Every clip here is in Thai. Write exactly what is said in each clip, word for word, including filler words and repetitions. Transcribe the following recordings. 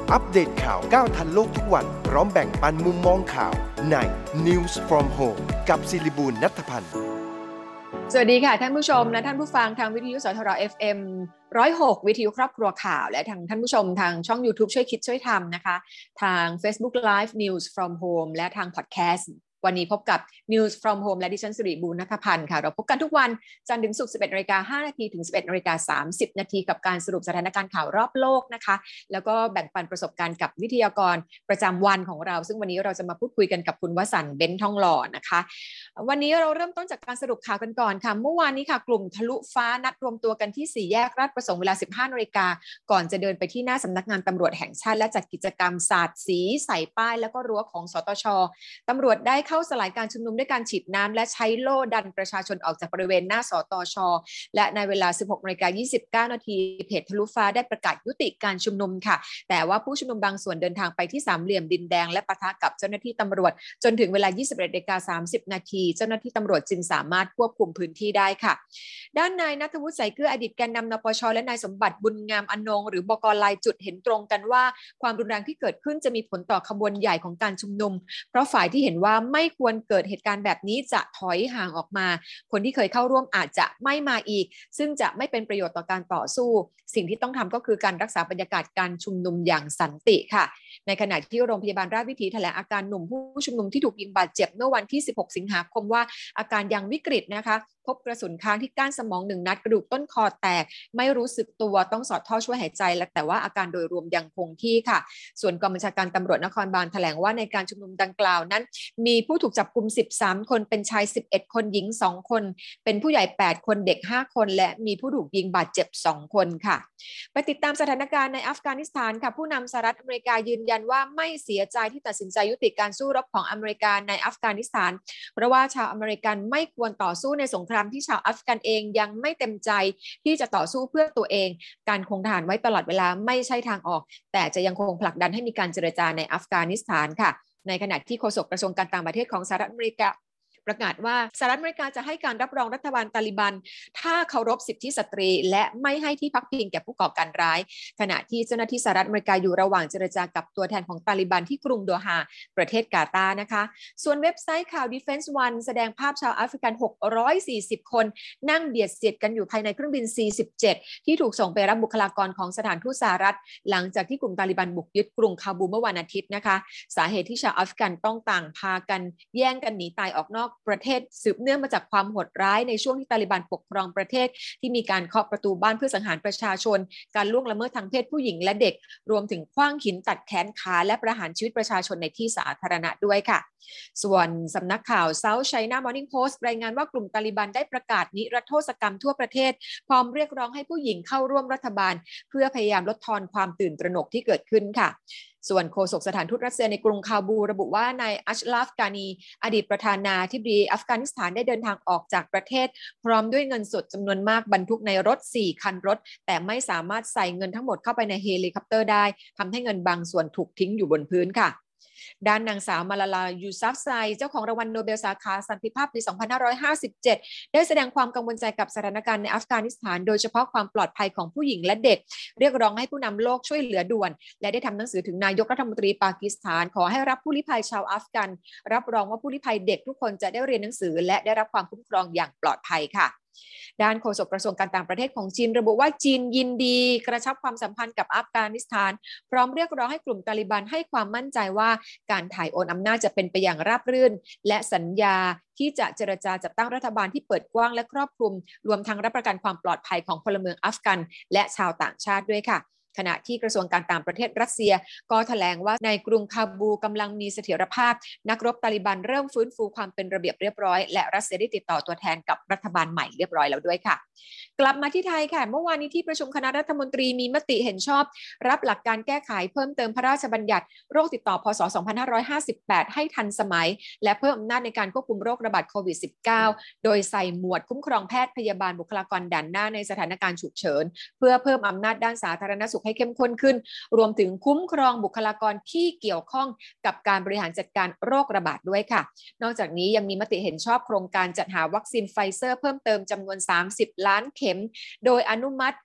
อัปเดตข่าวก้าวทันโลกทุกวันพร้อมแบ่งปันมุมมองข่าวใน News from Home กับศิริบูลย์ ณัฐพันธ์สวัสดีค่ะท่านผู้ชมและท่านผู้ฟังทางวิทยุสทร เอฟ เอ็ม หนึ่งศูนย์หก วิทยุครอบครัวข่าวและทางท่านผู้ชมทางช่อง YouTube ช่วยคิดช่วยทำนะคะทาง Facebook Live News from Home และทาง Podcast วันนี้พบกับ News from Home และดิฉันสิริบูลย์ ณัฐพันธ์ค่ะเราพบกันทุกวันจันทร์ถึงศุกร์ สิบเอ็ดนาฬิกาห้านาที ถึง สิบเอ็ดนาฬิกาสามสิบนาทีกับการสรุปสถานการณ์ข่าวรอบโลกนะคะแล้วก็แบ่งปันประสบการณ์กับวิทยากรประจำวันของเราซึ่งวันนี้เราจะมาพูดคุยกันกับคุณวสันต์ เบนซ์ ทองหล่อนะคะวันนี้เราเริ่มต้นจากการสรุปข่าวกันก่อนค่ะเมื่อวานนี้ค่ะกลุ่มทะลุฟ้านัดรวมตัวกันที่สี่แยกราชประสงค์เวลา สิบห้านาฬิกาก่อนจะเดินไปที่หน้าสำนักงานตำรวจแห่งชาติและจัดกิจกรรมสาดสีใส่ป้ายแล้วก็รั้วของสตช.ตำรวจได้เข้าสลายการชุมนุมด้วยการฉีดน้ำและใช้โล่ดันประชาชนออกจากบริเวณหน้าสตช.และในเวลา สิบหกนาฬิกายี่สิบเก้านาทีเพจทะลุฟ้าได้ประกาศยุติการชุมนุมค่ะแต่ว่าผู้ชุมนุมบางส่วนเดินทางไปที่สามเหลี่ยมดินแดงและปะทะกับเจ้าหน้าที่ตำรวจจนถึงเวลา ยี่สิบเอ็ดนาฬิกาสามสิบนาทีเจ้าหน้าที่ตำรวจจึงสามารถควบคุมพื้นที่ได้ค่ะด้านนายณัฐวุฒิ สายเกลืออดีตแกนนำนปช.และนายสมบัติบุญงามอนงหรือบก.ลายจุดเห็นตรงกันว่าความรุนแรงที่เกิดขึ้นจะมีผลต่อขบวนใหญ่ของการชุมนุมเพราะฝ่ายที่เห็นว่าไม่ควรเกิดเหตุการณ์แบบนี้จะถอยห่างออกมาคนที่เคยเข้าร่วมอาจจะไม่มาอีกซึ่งจะไม่เป็นประโยชน์ต่อการต่อสู้สิ่งที่ต้องทำก็คือการรักษาบรรยากาศการชุมนุมอย่างสันติค่ะในขณะที่โรงพยาบาลราชวิถีแถลงอาการหนุ่มผู้ชุมนุมที่ถูกยิงบาดเจ็บเมื่อวันที่สิบหกสิงหาคมว่าอาการยังวิกฤตนะคะพบกระสุนค้างที่ก้านสมองหนึ่งนัดกระดูกต้นคอแตกไม่รู้สึกตัวต้องสอดท่อช่วยหายใจและแต่ว่าอาการโดยรวมยังคงที่ค่ะส่วนกองบัญชาการตำรวจนครบาลแถลงว่าในการชุมนุมดังกล่าวนั้นมีผู้ถูกจับกุมสิบสามคนเป็นชายสิบเอ็ดคนหญิงสองคนเป็นผู้ใหญ่แปดคนเด็กห้าคนและมีผู้ถูกยิงบาดเจ็บสองคนค่ะไปติดตามสถานการณ์ในอัฟกานิสถานค่ะผู้นำสหรัฐอเมริกายืนยันว่าไม่เสียใจที่ตัดสินใจยุติการสู้รบของอเมริกาในอัฟกานิสถานเพราะว่าชาวอเมริกันไม่ควรต่อสู้ในสงครามที่ชาวอัฟกันเองยังไม่เต็มใจที่จะต่อสู้เพื่อตัวเองการคงทหารไว้ตลอดเวลาไม่ใช่ทางออกแต่จะยังคงผลักดันให้มีการเจรจาในอัฟกานิสถานค่ะในขณะที่โฆษกกระทรวงการต่างประเทศของสหรัฐอเมริกาประกาศว่าสหรัฐอเมริกาจะให้การรับรองรัฐบาลตาลิบันถ้าเคารพสิทธิสตรีและไม่ให้ที่พักพิงแก่ผู้ก่อการร้ายขณะที่เจ้าหน้าที่สหรัฐอเมริกาอยู่ระหว่างเจรจากับตัวแทนของตาลิบันที่กรุงโดฮาประเทศกาตาร์นะคะส่วนเว็บไซต์ข่าว Defense One แสดงภาพชาวแอฟริกันหกร้อยสี่สิบคนนั่งเบียดเสียดกันอยู่ภายในเครื่องบิน ซี สิบเจ็ด ที่ถูกส่งไปรับบุคลากรของสถานทูตสหรัฐหลังจากที่กลุ่มตาลิบันบุกยึดกรุงคาบูเมื่อวันอาทิตย์นะคะสาเหตุที่ชาวแอฟริกันต้องต่างพากันแย่งกันหนีตายออกนอกประเทศสืบเนื่องมาจากความโหดร้ายในช่วงที่ตาลิบันปกครองประเทศที่มีการเคาะประตูบ้านเพื่อสังหารประชาชนการล่วงละเมิดทางเพศผู้หญิงและเด็กรวมถึงขว้างหินตัดแขนขาและประหารชีวิตประชาชนในที่สาธารณะด้วยค่ะส่วนสำนักข่าว South China Morning Post รายงานว่ากลุ่มตาลิบันได้ประกาศนิรโทษกรรมทั่วประเทศพร้อมเรียกร้องให้ผู้หญิงเข้าร่วมรัฐบาลเพื่อพยายามลดทอนความตื่นตระหนกที่เกิดขึ้นค่ะส่วนโฆษกสถานทูตรัสเซียในกรุงคาบูระบุว่านายอัชลาฟกานีอดีตประธานาธิบดีอัฟกานิสถานได้เดินทางออกจากประเทศพร้อมด้วยเงินสดจำนวนมากบรรทุกในรถสี่คันรถแต่ไม่สามารถใส่เงินทั้งหมดเข้าไปในเฮลิคอปเตอร์ได้ทำให้เงินบางส่วนถูกทิ้งอยู่บนพื้นค่ะด้านนางสาวมาลาลายูซัฟไซเจ้าของรางวัลโนเบลสาขาสันติภาพปี สองพันห้าร้อยห้าสิบเจ็ด ได้แสดงความกังวลใจกับสถานการณ์ในอัฟกานิสถานโดยเฉพาะความปลอดภัยของผู้หญิงและเด็กเรียกร้องให้ผู้นำโลกช่วยเหลือด่วนและได้ทำหนังสือถึงนายกรัฐมนตรีปากีสถานขอให้รับผู้ลี้ภัยชาวอัฟกันรับรองว่าผู้ลี้ภัยเด็กทุกคนจะได้เรียนหนังสือและได้รับความคุ้มครองอย่างปลอดภัยค่ะด้านโฆษกกระทรวงการต่างประเทศของจีนระบุว่าจีนยินดีกระชับความสัมพันธ์กับอัฟกานิสถานพร้อมเรียกร้องให้กลุ่มตาลิบันให้ความมั่นใจว่าการถ่ายโอนอำนาจจะเป็นไปอย่างราบรื่นและสัญญาที่จะเจรจาจัดตั้งรัฐบาลที่เปิดกว้างและครอบคลุมรวมทั้งรับประกันความปลอดภัยของพลเมืองอัฟกันและชาวต่างชาติด้วยค่ะขณะที่กระทรวงการต่างประเทศรัสเซียก็แถลงว่าในกรุงคาบูกำลังมีเสถียรภาพนักรบตาลิบันเริ่มฟื้นฟูความเป็นระเบียบเรียบร้อยและรัสเซียได้ติดต่อตัวแทนกับรัฐบาลใหม่เรียบร้อยแล้วด้วยค่ะกลับมาที่ไทยค่ะเมื่อวานนี้ที่ประชุมคณะรัฐมนตรีมีมติเห็นชอบรับหลักการแก้ไขเพิ่มเติมพระราชบัญญัติโรคติดต่อพ.ศ. สองพันห้าร้อยห้าสิบแปดให้ทันสมัยและเพิ่มอำนาจในการควบคุมโรคระบาดโควิด สิบเก้า โดยใส่หมวดคุ้มครองแพทย์พยาบาลบุคลากรด่านหน้าในสถานการณ์ฉุกเฉินเพื่อเพิ่มอำนาจด้านสาธารณสุขให้เข้มข้นขึ้นรวมถึงคุ้มครองบุคลากรที่เกี่ยวข้องกับการบริหารจัดการโรคระบาดด้วยค่ะนอกจากนี้ยังมีมติเห็นชอบโครงการจัดหาวัคซีนไฟเซอร์เพิ่มเติมจำนวนสามสิบล้านเข็มโดยอนุมัติ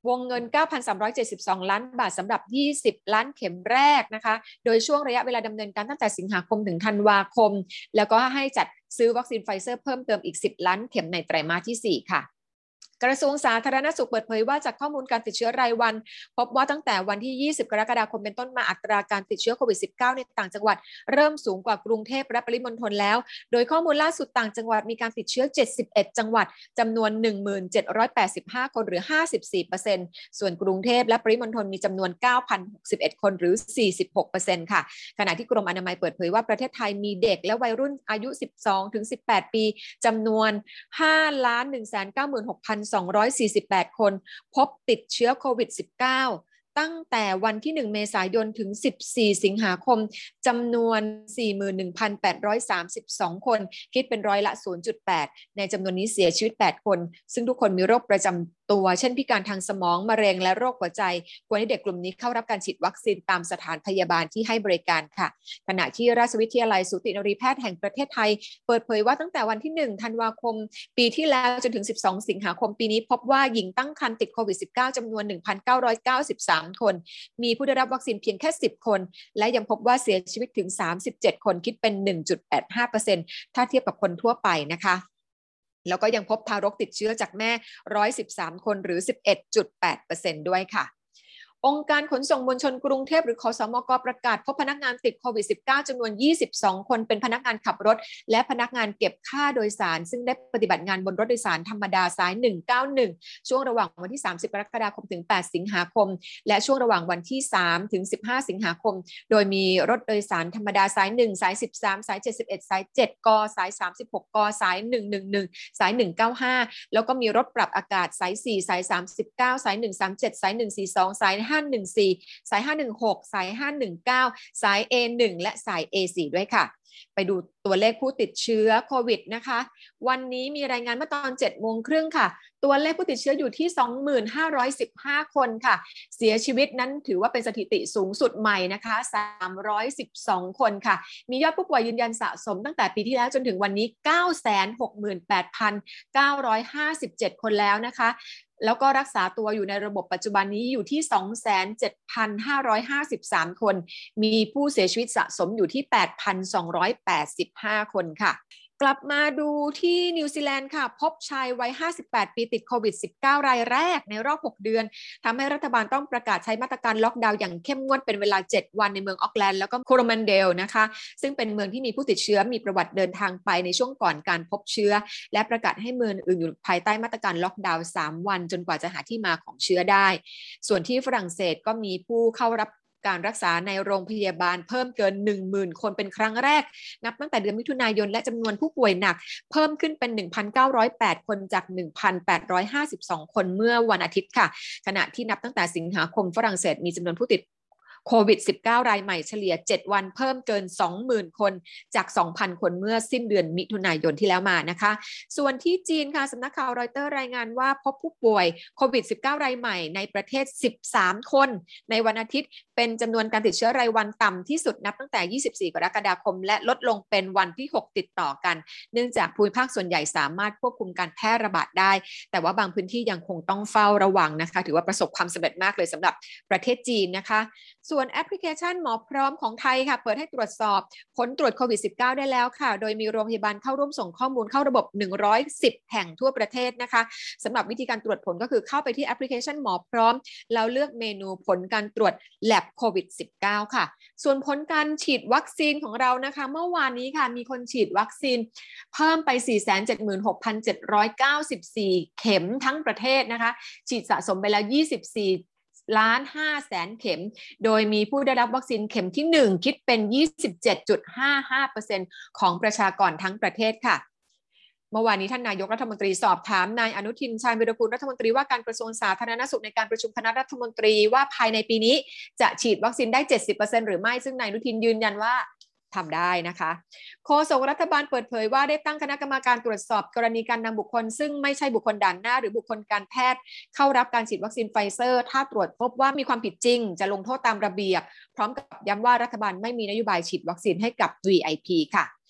วงเงิน เก้าพันสามร้อยเจ็ดสิบสอง ล้านบาทสำหรับยี่สิบล้านเข็มแรกนะคะโดยช่วงระยะเวลาดำเนินการตั้งแต่สิงหาคมถึงธันวาคมแล้วก็ให้จัดซื้อวัคซีนไฟเซอร์เพิ่มเติมอีกสิบล้านเข็มในไตรมาสที่สี่ค่ะกระทรวงสาธารณสุขเปิดเผยว่าจากข้อมูลการติดเชื้อรายวันพบว่าตั้งแต่วันที่ยี่สิบกรกฎาคมเป็นต้นมาอัตราการติดเชื้อโควิด สิบเก้า ในต่างจังหวัดเริ่มสูงกว่ากรุงเทพและปริมณฑลแล้วโดยข้อมูลล่าสุดต่างจังหวัดมีการติดเชื้อเจ็ดสิบเอ็ดจังหวัดจำนวน หนึ่งพันเจ็ดร้อยแปดสิบห้า คนหรือ ห้าสิบสี่เปอร์เซ็นต์ ส่วนกรุงเทพและปริมณฑลมีจำนวน เก้าพันหกสิบเอ็ด คนหรือ สี่สิบหกเปอร์เซ็นต์ ค่ะขณะที่กรมอนามัยเปิดเผยว่าประเทศไทยมีเด็กและวัยรุ่นอายุ สิบสองถึงสิบแปด ปีจำนวน ห้าล้าน หนึ่งแสนเก้าหมื่นหกพันสองร้อยสี่สิบแปด คนพบติดเชื้อโควิด สิบเก้า ตั้งแต่วันที่หนึ่งเมษายนถึงสิบสี่สิงหาคมจำนวน สี่หมื่นหนึ่งพันแปดร้อยสามสิบสอง คนคิดเป็นร้อยละ ศูนย์จุดแปด ในจำนวนนี้เสียชีวิตแปดคนซึ่งทุกคนมีโรคประจำตัวเช่นพิการทางสมองมะเร็งและโรคหัวใจควรให้เด็กกลุ่มนี้เข้ารับการฉีดวัคซีนตามสถานพยาบาลที่ให้บริการค่ะขณะที่ราชวิทยาลัยสูตินรีแพทย์แห่งประเทศไทยเปิดเผยว่าตั้งแต่วันที่หนึ่งธันวาคมปีที่แล้วจนถึงสิบสองสิงหาคมปีนี้พบว่าหญิงตั้งครรภ์ติดโควิด สิบเก้า จำนวน หนึ่งพันเก้าร้อยเก้าสิบสาม คนมีผู้ได้รับวัคซีนเพียงแค่สิบคนและยังพบว่าเสียชีวิตถึงสามสิบเจ็ดคนคิดเป็น หนึ่งจุดแปดห้าเปอร์เซ็นต์ ถ้าเทียบกับคนทั่วไปนะคะแล้วก็ยังพบทารกติดเชื้อจากแม่หนึ่งร้อยสิบสามคนหรือ สิบเอ็ดจุดแปดเปอร์เซ็นต์ ด้วยค่ะองค์การขนส่งมวลชนกรุงเทพหรือขสมกประกาศพบพนักงานติดโควิด สิบเก้า จำนวนยี่สิบสองคนเป็นพนักงานขับรถและพนักงานเก็บค่าโดยสารซึ่งได้ปฏิบัติงานบนรถโดยสารธรรมดาสายหนึ่งเก้าหนึ่งช่วงระหว่างวันที่สามสิบกรกฎาคมถึงแปดสิงหาคมและช่วงระหว่างวันที่สามถึงสิบห้าสิงหาคมโดยมีรถโดยสารธรรมดาสายหนึ่งสายสิบสามสายเจ็ดสิบเอ็ดสายเจ็ดกสายสามสิบหกกสายหนึ่งหนึ่งหนึ่งสายหนึ่งเก้าห้าแล้วก็มีรถปรับอากาศสายสี่สายสามสิบเก้าสายหนึ่งสามเจ็ดสายหนึ่งสี่สองสายห้าหนึ่งสี่สายห้าหนึ่งหกสายห้าหนึ่งเก้าสาย เอ หนึ่ง และสาย เอ สี่ ด้วยค่ะไปดูตัวเลขผู้ติดเชื้อโควิดนะคะวันนี้มีรายงานเมื่อตอน เจ็ดโมงครึ่งค่ะตัวเลขผู้ติดเชื้ออยู่ที่ สองพันห้าร้อยสิบห้า คนค่ะเสียชีวิตนั้นถือว่าเป็นสถิติสูงสุดใหม่นะคะสามร้อยสิบสองคนค่ะมียอดผู้ป่วยยืนยันสะสมตั้งแต่ปีที่แล้วจนถึงวันนี้ เก้าแสนหกหมื่นแปดพันเก้าร้อยห้าสิบเจ็ด คนแล้วนะคะแล้วก็รักษาตัวอยู่ในระบบปัจจุบันนี้อยู่ที่ สองแสนเจ็ดพันห้าร้อยห้าสิบสาม คนมีผู้เสียชีวิตสะสมอยู่ที่ แปดพันสองร้อยแปดสิบห้า คนค่ะกลับมาดูที่นิวซีแลนด์ค่ะพบชายวัยห้าสิบแปดปีติดโควิด สิบเก้า รายแรกในรอบหกเดือนทำให้รัฐบาลต้องประกาศใช้มาตรการล็อกดาวน์อย่างเข้มงวดเป็นเวลาเจ็ดวันในเมืองออกแลนด์แล้วก็โคโรแมนเดลนะคะซึ่งเป็นเมืองที่มีผู้ติดเชื้อมีประวัติเดินทางไปในช่วงก่อนการพบเชื้อและประกาศให้เมืองอื่นอยู่ภายใต้มาตรการล็อกดาวน์สามวันจนกว่าจะหาที่มาของเชื้อได้ส่วนที่ฝรั่งเศสก็มีผู้เข้ารับการรักษาในโรงพยาบาลเพิ่มเกิน หนึ่งหมื่น คนเป็นครั้งแรกนับตั้งแต่เดือนมิถุนายนและจำนวนผู้ป่วยหนักเพิ่มขึ้นเป็น หนึ่งพันเก้าร้อยแปด คนจาก หนึ่งพันแปดร้อยห้าสิบสอง คนเมื่อวันอาทิตย์ค่ะขณะที่นับตั้งแต่สิงหาคมฝรั่งเศสมีจำนวนผู้ติดโควิด สิบเก้า รายใหม่เฉลี่ยเจ็ดวันเพิ่มเกิน สองหมื่น คนจาก สองพัน คนเมื่อสิ้นเดือนมิถุนายนที่แล้วมานะคะส่วนที่จีนค่ะสำนักข่าวรอยเตอร์รายงานว่าพบผู้ป่วยโควิด สิบเก้า รายใหม่ในประเทศสิบสามคนในวันอาทิตย์เป็นจำนวนการติดเชื้อรายวันต่ำที่สุดนับตั้งแต่ยี่สิบสี่กรกฎาคมและลดลงเป็นวันที่หกติดต่อกันเนื่องจากภูมิภาคส่วนใหญ่สามารถควบคุมการแพร่ระบาดได้แต่ว่าบางพื้นที่ยังคงต้องเฝ้าระวังนะคะถือว่าประสบความสำเร็จมากเลยสำหรับประเทศจีนนะคะส่วนแอปพลิเคชันหมอพร้อมของไทยค่ะเปิดให้ตรวจสอบผลตรวจโควิด สิบเก้า ได้แล้วค่ะโดยมีโรงพยาบาลเข้าร่วมส่งข้อมูลเข้าระบบหนึ่งร้อยสิบแห่งทั่วประเทศนะคะสำหรับวิธีการตรวจผลก็คือเข้าไปที่แอปพลิเคชันหมอพร้อมแล้วเลือกเมนูผลการตรวจ Lab โควิด สิบเก้า ค่ะส่วนผลการฉีดวัคซีนของเรานะคะเมื่อวานนี้ค่ะมีคนฉีดวัคซีนเพิ่มไป สี่แสนเจ็ดหมื่นหกพันเจ็ดร้อยเก้าสิบสี่ เข็มทั้งประเทศนะคะฉีดสะสมไปแล้วยี่สิบสี่ล้านห้าแสนเข็มโดยมีผู้ได้รับวัคซีนเข็มที่หนึ่งคิดเป็น ยี่สิบเจ็ดจุดห้าห้าเปอร์เซ็นต์ ของประชากรทั้งประเทศค่ะเมื่อวานนี้ท่านนายกรัฐมนตรีสอบถามนายอนุทินชาญวิรากูลรัฐมนตรีว่าการกระทรวงสาธารณสุขในการประชุมคณะรัฐมนตรีว่าภายในปีนี้จะฉีดวัคซีนได้ เจ็ดสิบเปอร์เซ็นต์ หรือไม่ซึ่งนายอนุทินยืนยันว่าทำได้นะคะโฆษกรัฐบาลเปิดเผยว่าได้ตั้งคณะกรรมการตรวจสอบกรณีการนำบุคคลซึ่งไม่ใช่บุคคลด่านหน้าหรือบุคคลการแพทย์เข้ารับการฉีดวัคซีนไฟเซอร์ถ้าตรวจพบว่ามีความผิดจริงจะลงโทษตามระเบียบพร้อมกับย้ำว่ารัฐบาลไม่มีนโยบายฉีดวัคซีนให้กับ วี ไอ พี ค่ะ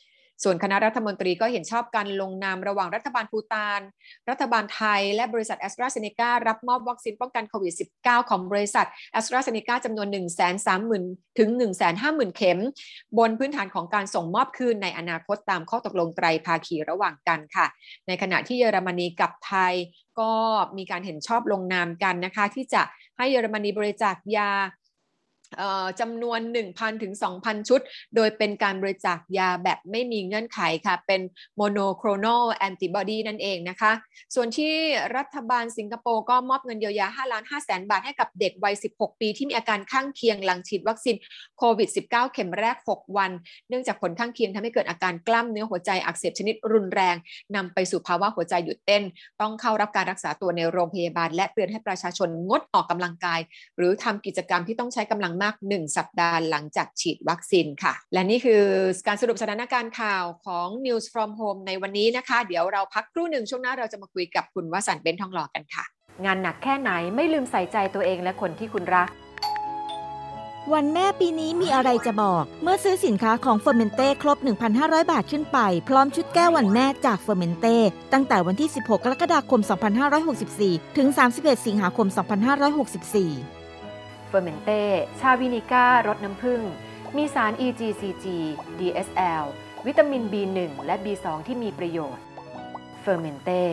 ส่วนคณะรัฐมนตรีก็เห็นชอบการลงนามระหว่างรัฐบาลภูฏานรัฐบาลไทยและบริษัท AstraZeneca รับมอบวัคซีนป้องกันโควิด สิบเก้า ของบริษัท AstraZeneca จำนวน หนึ่งแสนสามหมื่น ถึง หนึ่งแสนห้าหมื่น เข็มบนพื้นฐานของการส่งมอบคืนในอนาคตตามข้อตกลงไตรภาคีระหว่างกันค่ะในขณะที่เยอรมนีกับไทยก็มีการเห็นชอบลงนามกันนะคะที่จะให้เยอรมนีบริจาคยาจำนวน หนึ่งพัน ถึง สองพัน ชุดโดยเป็นการบริจาคยาแบบไม่มีเงื่อนไขค่ะเป็น monoclonal antibody นั่นเองนะคะส่วนที่รัฐบาลสิงคโปร์ก็มอบเงินเยียวยา ห้าล้านห้าแสน บาทให้กับเด็กวัย สิบหก ปีที่มีอาการข้างเคียงหลังฉีดวัคซีนโควิด สิบเก้า เข็มแรก หก วันเนื่องจากผลข้างเคียงทำให้เกิดอาการกล้ามเนื้อหัวใจอักเสบชนิดรุนแรงนำไปสู่ภาวะหัวใจหยุดเต้นต้องเข้ารับการรักษาตัวในโรงพยาบาลและเตือนให้ประชาชนงดออกกำลังกายหรือทำกิจกรรมที่ต้องใช้กำลังมากหนึ่งสัปดาห์หลังจากฉีดวัคซีนค่ะและนี่คือการสรุปสถานการณ์ข่าวของ News from Home ในวันนี้นะคะเดี๋ยวเราพักครู่หนึ่งช่วงหน้าเราจะมาคุยกับคุณวสันต์ เบญจทองหล่อกันค่ะงานหนักแค่ไหนไม่ลืมใส่ใจตัวเองและคนที่คุณรักวันแม่ปีนี้มีอะไรจะบอกเมื่อซื้อสินค้าของเฟอร์เมนเต้ครบ หนึ่งพันห้าร้อย บาทขึ้นไปพร้อมชุดแก้ววันแม่จากเฟอร์เมนเต้ตั้งแต่วันที่สิบหกกรกฎาคมสองพันห้าร้อยหกสิบสี่ถึงสามสิบเอ็ดสิงหาคมสองพันห้าร้อยหกสิบสี่เฟอร์เมนเต้ชาวินิก้ารสน้ำผึ้งมีสาร อี จี ซี จี ดี เอส แอล วิตามิน บี หนึ่ง และ บี สอง ที่มีประโยชน์เฟอร์เมนเต้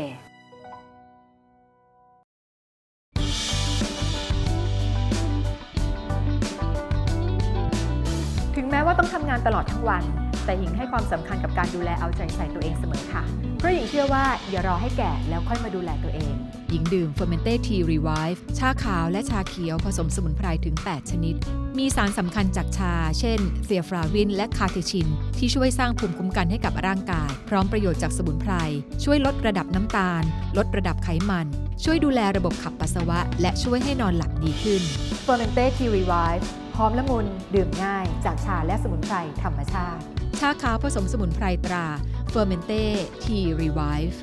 ถึงแม้ว่าต้องทำงานตลอดทั้งวันแต่หญิงให้ความสำคัญกับการดูแลเอาใจใส่ตัวเองเสมอค่ะเพราะหญิงเชื่อว่าอย่ารอให้แก่แล้วค่อยมาดูแลตัวเองหญิงดื่ม Fermenté Tea Revive ชาขาวและชาเขียวผสมสมุนไพรถึงแปดชนิดมีสารสำคัญจากชาเช่นเซียฟลาวินและคาเทชินที่ช่วยสร้างภูมิคุ้มกันให้กับร่างกายพร้อมประโยชน์จากสมุนไพรช่วยลดระดับน้ำตาลลดระดับไขมันช่วยดูแลระบบขับปัสสาวะและช่วยให้นอนหลับดีขึ้น Fermenté Tea Revive หอมละมุนดื่มง่ายจากชาและสมุนไพรธรรมชาติชาขาวผสมสมุนไพรตรา Fermenté Tea Revive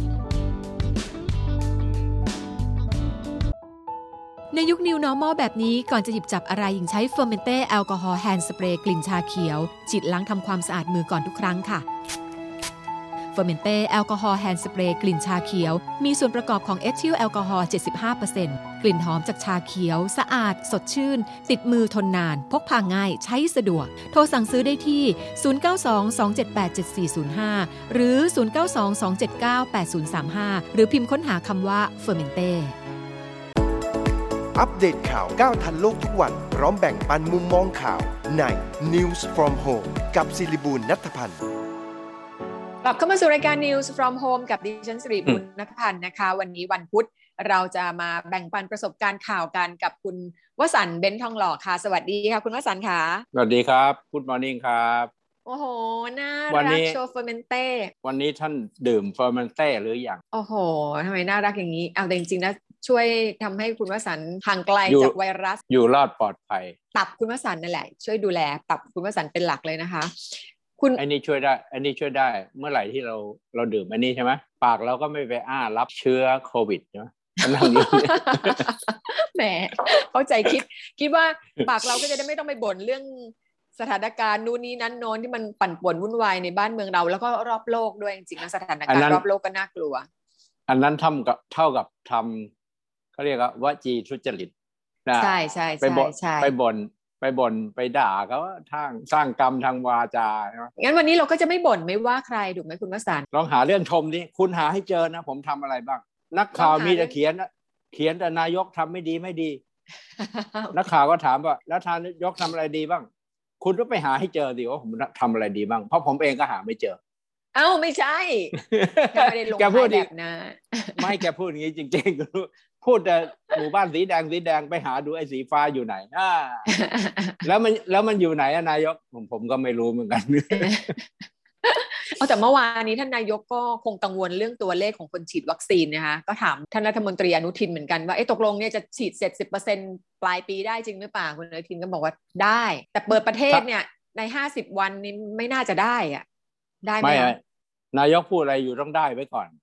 ในยุค New Normal แบบนี้ก่อนจะหยิบจับอะไรหญิงใช้ Fermenté แอลกอฮอล์แฮนด์สเปรย์กลิ่นชาเขียวฉีดล้างทำความสะอาดมือก่อนทุกครั้งค่ะ Fermenté แอลกอฮอล์แฮนด์สเปรย์กลิ่นชาเขียวมีส่วนประกอบของเอทิลแอลกอฮอล์ เจ็ดสิบห้าเปอร์เซ็นต์ กลิ่นหอมจากชาเขียวสะอาดสดชื่นติดมือทนนานพกพาง่ายใช้สะดวกโทรสั่งซื้อได้ที่ศูนย์ เก้า สอง สอง เจ็ด แปด เจ็ด สี่ ศูนย์ ห้าหรือศูนย์ เก้า สอง สอง เจ็ด เก้า แปด ศูนย์ สาม ห้าหรือพิมพ์ค้นหาคำว่า Fermenté อัปเดตข่าวก้าวทันโลกทุกวันพร้อมแบ่งปันมุมมองข่าวใน News from Home กับศิริบูลย์ ณัฐพันธ์กลับเข้ามาสู่รายการ News from Home กับดิฉันศิริบูลย์ ณัฐพันธ์นะคะวันนี้วันพุธเราจะมาแบ่งปันประสบการณ์ข่าวกันกับคุณวสันต์ เบญจทองหล่อค่ะสวัสดีค่ะคุณวสันต์ค่ะสวัสดีครับ Good morning ครับโอ้โหน่ารักโชว์เฟอร์เมนเต้วันนี้ท่านดื่มเฟอร์เมนเต้หรือยังโอ้โหทำไมน่ารักอย่างนี้เอาแต่จริงๆนะช่วยทำให้คุณวสันต์ห่างไกลจากไวรัสอยู่รอดปลอดภัยตับคุณวสันต์นั่นแหละช่วยดูแลตับคุณวสันต์เป็นหลักเลยนะคะคุณอันนี้ช่วยได้อันนี้ช่วยได้เมื่อไหร่ที่เราเราดื่มอันนี้ใช่ไหมปากเราก็ไม่ไปอ้ารับเชื้อโควิดใช่ไหมนั่งอยู่แหมเข้าใจคิดคิดว่าปากเราก็จะได้ไม่ต้องไปบ่นเรื่องสถานการณ์นู่นนี่นั่นโน้นที่มันปั่นป่วนวุ่นวายในบ้านเมืองเราแล้วก็รอบโลกด้วยจริงๆนะสถานการณ์รอบโลกก็น่ากลัวอันนั้นทำกับเท่ากับทำเขาเรียกว่าวจีทุจริตนะใช่ใช่ไปบ่นไปบ่นไปบ่นไปด่าเขาทางสร้างกรรมทางวาจาใช่ไหมงั้นวันนี้เราก็จะไม่บ่นไม่ว่าใครถูกไหมคุณวสันต์ลองหาเรื่องชมดิคุณหาให้เจอนะผมทำอะไรบ้างนักข่าวมีแต่เขียนเขียนแต่นายกทำไม่ดีไม่ดี นักข่าวก็ถามว่าแล้วทานนายกทำอะไรดีบ้างคุณต้องไปหาให้เจอดิว่าผมทำอะไรดีบ้างเพราะผมเองก็หาไม่เจอเอ้าไม่ใช่แกพูดแบบนะไม่แกพูดอย่างนี้จริงๆพูดแต่หมู่บ้านสีแดงสีแดงไปหาดูไอ้สีฟ้าอยู่ไหนอ่าแล้วมันแล้วมันอยู่ไหนนายกผมผมก็ไม่รู้เหมือนกันเอาแต่เมื่อวานนี้ท่านนายกก็คงกังวลเรื่องตัวเลขของคนฉีดวัคซีนนะคะก็ถามท่านรัฐมนตรีอนุทินเหมือนกันว่าเอ๊ะตกลงเนี่ยจะฉีดเสร็จ สิบเปอร์เซ็นต์ ปลายปีได้จริงหรือเปล่าคุณอนุทินก็บอกว่าได้แต่เปิดประเทศเนี่ยในห้าสิบวันนี้ไม่น่าจะได้อ่ะได้ไหมนายกพูดอะไรอยู่ต้องได้ไว้ก่อน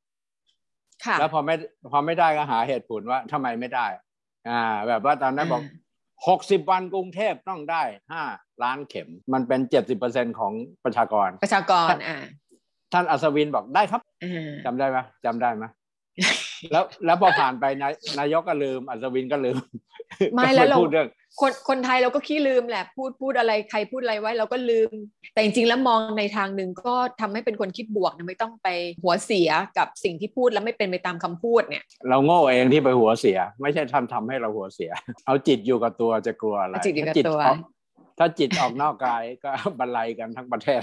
แล้วพอไม่พอไม่ได้ก็หาเหตุผลว่าทำไมไม่ได้อ่าแบบว่าตอนนั้นบอกหกสิบวันกรุงเทพต้องได้ห้าล้านเข็มมันเป็น เจ็ดสิบเปอร์เซ็นต์ ของประชากรประชากรอ่าท่านอัศวินบอกได้ครับจำได้ไหมจำได้ไหม แล้วแล้วพอผ่านไปนายนายกก็ลืมอัศวินก็ลืมไม่แล้วเราคนคนไทยเราก็ขี้ลืมแหละพูดพูดอะไรใครพูดอะไรไว้เราก็ลืมแต่จริงๆแล้วมองในทางหนึ่งก็ทำให้เป็นคนคิดบวกนะไม่ต้องไปหัวเสียกับสิ่งที่พูดแล้วไม่เป็นไปตามคำพูดเนี่ยเราโง่เองที่ไปหัวเสียไม่ใช่ทำทำให้เราหัวเสียเอาจิตอยู่กับตัวจะกลัวอะไรจิตอยู่กับตัวถ้าจิตออกนอกกายก็บรรลัยกันทั้งประเทศ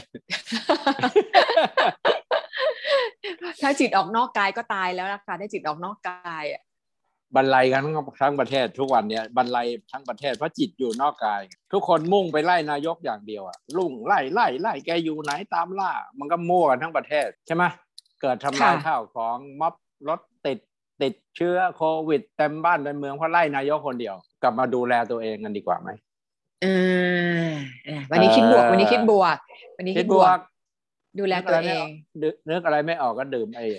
ถ้าจิตออกนอกกายก็ตายแล้วล่ะค่ะถ้าจิตออกนอกกายอ่ะบรรลัยกันทั้งประเทศทุกวันเนี้ยบรรลัยทั้งประเทศเพราะจิตอยู่นอกกายทุกคนมุ่งไปไล่นายกอย่างเดียวอ่ะลุ่งไล่ไล่ไล่แกอยู่ไหนตามล่ามันก็มั่วกันทั้งประเทศใช่ไหมเกิดทำลายข้าวของม็อบรถติดติดเชื้อโควิดเต็มบ้านเต็มเมืองเพราะไล่นายกคนเดียวกลับมาดูแลตัวเองกันดีกว่าไหมอ่าวันนี้คิดบวกวันนี้คิดบวกวันนี้คิดบวกดูแลตัวเองนึกอะไรไม่ออกก็ดื่มไอ้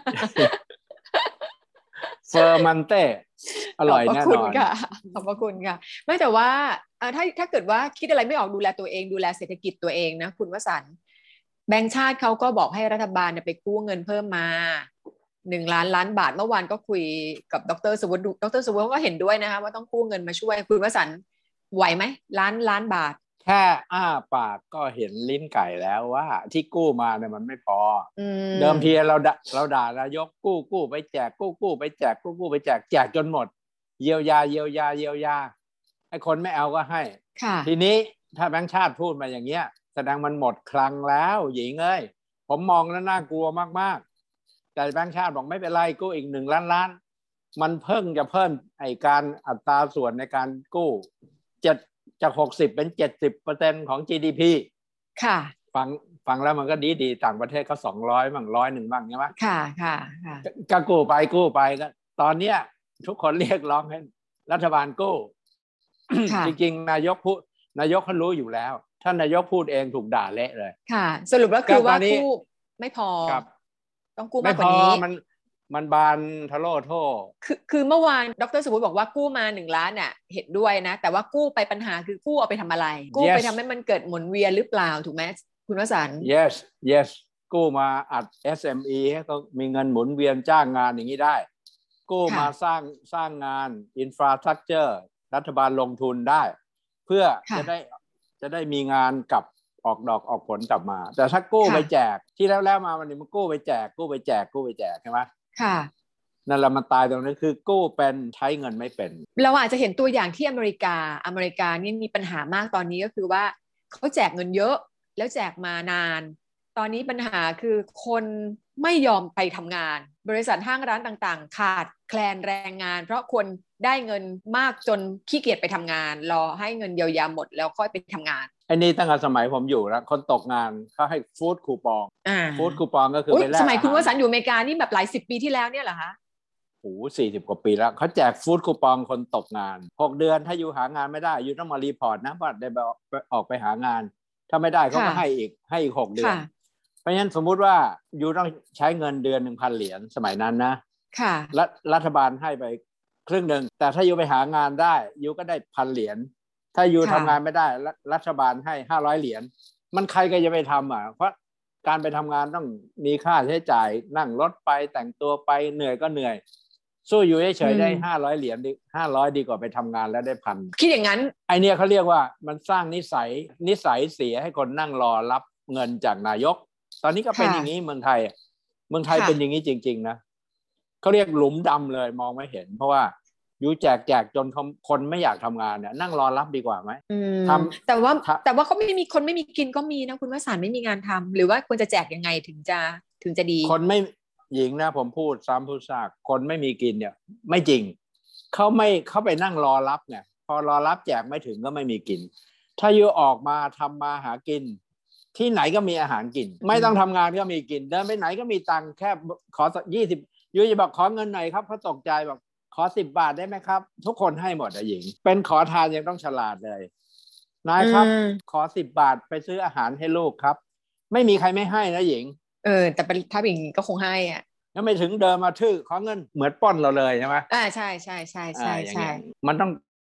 เฟอร์มันเต้อร่อยแน่นอนค่ะขอบพระคุณค่ะไม่แต่ว่าถ้าถ้าเกิดว่าคิดอะไรไม่ออกดูแลตัวเองดูแลเศรษฐกิจตัวเองนะคุณวสันต์แบงก์ชาติเขาก็บอกให้รัฐบาลไปกู้เงินเพิ่มมาหนึ่งล้านล้านบาทเมื่อวานก็คุยกับดร.สุวัสดิ์ดร.สุวัสดิ์ก็เห็นด้วยนะคะว่าต้องกู้เงินมาช่วยคุณวสันต์ไหวไหมล้านล้านบาทแค่อ้าปากก็เห็นลิ้นไก่แล้วว่าที่กู้มาเนี่ยมันไม่พอเดิมทีเราเราด่านายกกู้กู้ไปแจกกู้กู้ไปแจกกู้กู้ไปแจกแจกจนหมดเยียวยาเยียวยาเยียวยาไอ้คนไม่เอาก็ให้ทีนี้ถ้าแบงค์ชาติพูดมาอย่างเงี้ยแสดงมันหมดคลังแล้วหญิงเอ้ยผมมองแล้วน่ากลัวมากๆแต่แบงค์ชาติบอกไม่เป็นไรกู้อีกหนึ่งล้านล้านมันเพิ่งจะเพิ่มไอ้การอัตราส่วนในการกู้เจ็ดจากหกสิบเป็น เจ็ดสิบเปอร์เซ็นต์ ของ จี ดี พีค่ะฟังฟังแล้วมันก็ดีดีต่างประเทศเขาสองร้อยบ้างร้อยหนึ่งบ้างใช่ไหมค่ะค่ะค่ะก็กู้ไปกู้ไปก็ตอนเนี้ยทุกคนเรียกร้องให้รัฐบาลกู้ จริงๆนายกพูดนายกเขารู้อยู่แล้วท่านนายกพูดเองถูกด่าเละเลยค่ะสรุปแล้วคือว่ากู้ไม่พอต้องกู้มากกว่านี้มันมันบานทะโลโท่คือคือเมื่อวานดร.สมมุติบอกว่ากู้มาหนึ่งล้านน่ะเห็นด้วยนะแต่ว่ากู้ไปปัญหาคือกู้เอาไปทำอะไรกู้ yes. ไปทำให้มันเกิดหมุนเวียนหรือเปล่าถูกไหมคุณวสันต์ yes yes กู้มาอัด เอส เอ็ม อี ให้เขามีเงินหมุนเวียนจ้างงานอย่างนี้ได้กู้มาสร้างสร้างงาน infrastructure รัฐบาลลงทุนได้เพื่อจะได้จะได้มีงานกับออกดอกออกผลกลับมาแต่ถ้ากู้ไปแจกที่แล้วแล้วมาวันนี้มันกู้ไปแจกกู้ไปแจกกู้ไปแจกใช่ไหมค่ะนั่นแหละมันตายตรงนี้คือกู้เป็นใช้เงินไม่เป็นเราอาจจะเห็นตัวอย่างที่อเมริกาอเมริกานี่มีปัญหามากตอนนี้ก็คือว่าเขาแจกเงินเยอะแล้วแจกมานานตอนนี้ปัญหาคือคนไม่ยอมไปทำงานบริษัทห้างร้านต่างๆขาดแคลนแรงงานเพราะคนได้เงินมากจนขี้เกียจไปทำงานรอให้เงินเยียวยาหมดแล้วค่อยไปทำงานไอ้นี่ตั้งแต่สมัยผมอยู่แล้วคนตกงานเขาให้ฟู้ดคูปองฟู้ดคูปองก็คือไปแลกสมัยคุณวสันต์อยู่อเมริกานี่แบบหลายสิบปีที่แล้วเนี่ยเหรอคะโอ้โหสี่สิบกว่าปีแล้วเขาแจกฟู้ดคูปองคนตกงานหกเดือนถ้าอยู่หางานไม่ได้อยู่ต้องมารีพอร์ตนะว่าได้ออกไปหางานถ้าไม่ได้เขาก็ให้อีกให้อีกหกเดือนเพราะฉะนั้นสมมุติว่าอยู่ต้องใช้เงินเดือน หนึ่งพัน เหรียญสมัยนั้นนะค่ะและรัฐบาลให้ไปครึ่งนึงแต่ถ้าอยู่ไปหางานได้อยู่ก็ได้พันเหรียญถ้าอยู่ทำงานไม่ได้รัฐบาลให้ห้าร้อยเหรียญมันใครก็จะไปทำอ่ะเพราะการไปทำงานต้องมีค่าใช้จ่ายนั่งรถไปแต่งตัวไปเหนื่อยก็เหนื่อยสู้อยู่เฉยๆได้ห้าร้อยเหรียญดีห้าร้อยดีกว่าไปทำงานแล้วได้พันคิดอย่างนั้นไอเนี้ยเขาเรียกว่ามันสร้างนิสัยนิสัยเสียให้คนนั่งรอรับเงินจากนายกตอนนี้ก็เป็นอย่างนี้เมืองไทยเมืองไทยเป็นอย่างนี้จริงๆนะเขาเรียกหลุมดำเลยมองไม่เห็นเพราะว่าอยู่แจกแจกจนคนไม่อยากทำงานเนี่ยนั่งรอรับดีกว่าไหมทำแต่ว่าแต่ว่าเขาไม่มีคนไม่มีกินก็มีนะคุณวสันต์ไม่มีงานทำหรือว่าควรจะแจกยังไงถึงจะถึงจะดีคนไม่หญิงนะผมพูดซ้ำพูดซากคนไม่มีกินเนี่ยไม่จริงเขาไม่เขาไปนั่งรอรับเนี่ยพอรอรับแจกไม่ถึงก็ไม่มีกินถ้าอยู่ออกมาทำมาหากินที่ไหนก็มีอาหารกินไม่ต้องทำงานก็มีกินเดินไปไหนก็มีตังค์แค่ขอยี่สิบยูจะบอกขอเงินหน่อยครับเขาตกใจบอกขอสิบบาทได้ไหมครับทุกคนให้หมดอะหญิงเป็นขอทานยังต้องฉลาดเลยนายครับขอสิบบาทไปซื้ออาหารให้ลูกครับไม่มีใครไม่ให้นะหญิงเออแต่เป็นถ้าอย่างนี้ก็คงให้อ่ะแล้วไม่ถึงเดินมาทื่อขอเงินเหมือนป้อนเราเลยใช่ไหมอ่าใช่ใช่ใช่ใช่ใช่มันต้อง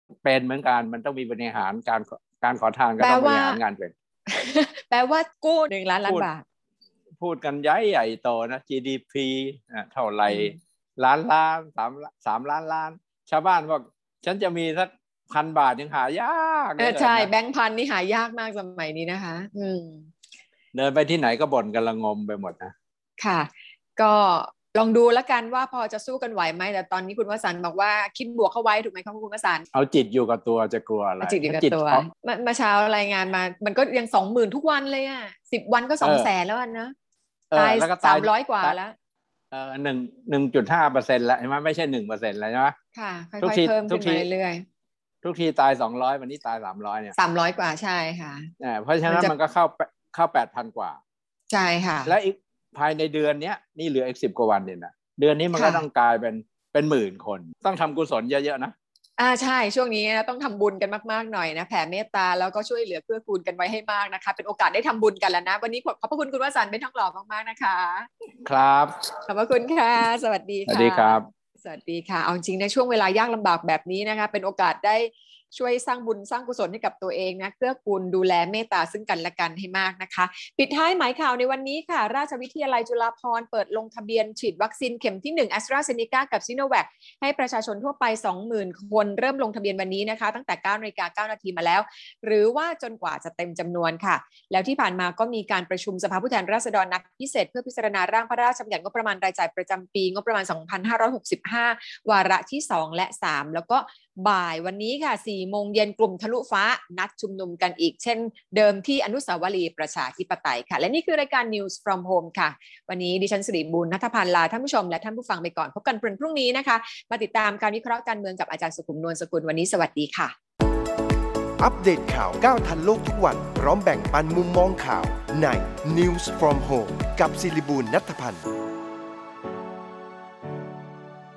เป็นเหมือนกันมันต้องมีบริหารการการขอทานก็ต้องบริหารงานเป็นแปลว่ากู้หนึ่งล้านล้านบาทพูดกันใหญ่ใหญ่โตนะ จี ดี พี เท่าไหร่ล้านล้านสามสามล้านล้านชาวบ้านบอกฉันจะมีสักพันบาทยังหายากเออใช่แบงค์พันนี่หายากมากสมัยนี้นะคะอืมเดินไปที่ไหนก็บ่นกันละงมไปหมดนะค่ะก็ลองดูแล้วกันว่าพอจะสู้กันไหวไหมแต่ตอนนี้คุณวสันต์บอกว่าคิดบวกเข้าไว้ถูกไหมครับคุณวสันต์เอาจิตอยู่กับตัวจะกลัวอะไรจิตอยู่กับตัวมาเช้ารายงานมามันก็ยังสองหมื่นทุกวันเลยอ่ะสิบวันก็สองแสนแล้วนะตายสามร้อยกว่าแล้วเออหนึ่งหนึ่งจุดห้าเปอร์เซ็นต์แล้วใช่ไหมไม่ใช่หนึ่งเปอร์เซ็นต์แล้วใช่ไหมค่ะค่อยๆเพิ่มขึ้นมาเรื่อยๆทุกทีตายสองร้อยวันนี้ตายสามร้อยเนี่ยสามร้อยกว่าใช่ค่ะเพราะฉะนั้นมันก็เข้าเข้าแปดพันกว่าใช่ค่ะและอีกภายในเดือนนี้นี่เหลืออีกสิบกว่าวันเนี่ยนะเดือนนี้มันก็ต้องกลายเป็นเป็นหมื่นคนต้องทำกุศลเยอะๆนะอ่าใช่ช่วงนี้นะต้องทำบุญกันมากๆหน่อยนะแผ่เมตตาแล้วก็ช่วยเหลือเกื้อกูลกันไว้ให้มากนะคะเป็นโอกาสได้ทำบุญกันแล้วนะวันนี้ขอบพระคุณคุณวสันต์เป็นท้องหล่อมากๆนะคะครับขอบพระคุณค่ะสวัสดีค่ะสวัสดีครับสวัสดีค่ะเอาจริงในช่วงเวลายากลำบากแบบนี้นะคะเป็นโอกาสได้ช่วยสร้างบุญสร้างกุศลให้กับตัวเองนะเกื้อกูลดูแลเมตตาซึ่งกันและกันให้มากนะคะปิดท้ายหมายข่าวในวันนี้ค่ะราชวิทยาลัยจุฬาภรณ์เปิดลงทะเบียนฉีดวัคซีนเข็มที่หนึ่ง AstraZeneca กับ Sinovac ให้ประชาชนทั่วไป สองหมื่น คนเริ่มลงทะเบียนวันนี้นะคะตั้งแต่ เก้านาฬิกาเก้านาทีมาแล้วหรือว่าจนกว่าจะเต็มจำนวนค่ะแล้วที่ผ่านมาก็มีการประชุมสภาผู้แทนราษฎรนัดพิเศษเพื่อพิจารณาร่างพระราชบัญญัติงบประมาณรายจ่ายประจำปีงบประมาณสองพันห้าร้อยหกสิบห้าวาระที่สองและสามแล้วก็บ่ายวันนี้ค่ะ สี่โมงเย็นกลุ่มทะลุฟ้านัดชุมนุมกันอีกเช่นเดิมที่อนุสาวรีย์ประชาธิปไตยค่ะและนี่คือรายการ News from Home ค่ะวันนี้ดิฉันสิริบุญณัฐพันธ์ลาท่านผู้ชมและท่านผู้ฟังไปก่อนพบกันพรุ่งนี้นะคะมาติดตามการวิเคราะห์การเมืองกับอาจารย์สุขุมนวลสกุลวันนี้สวัสดีค่ะอัปเดตข่าวก้าวทันโลกทุกวันพร้อมแบ่งปันมุมมองข่าวใน News from Home กับสิริบุญณัฐพันธ์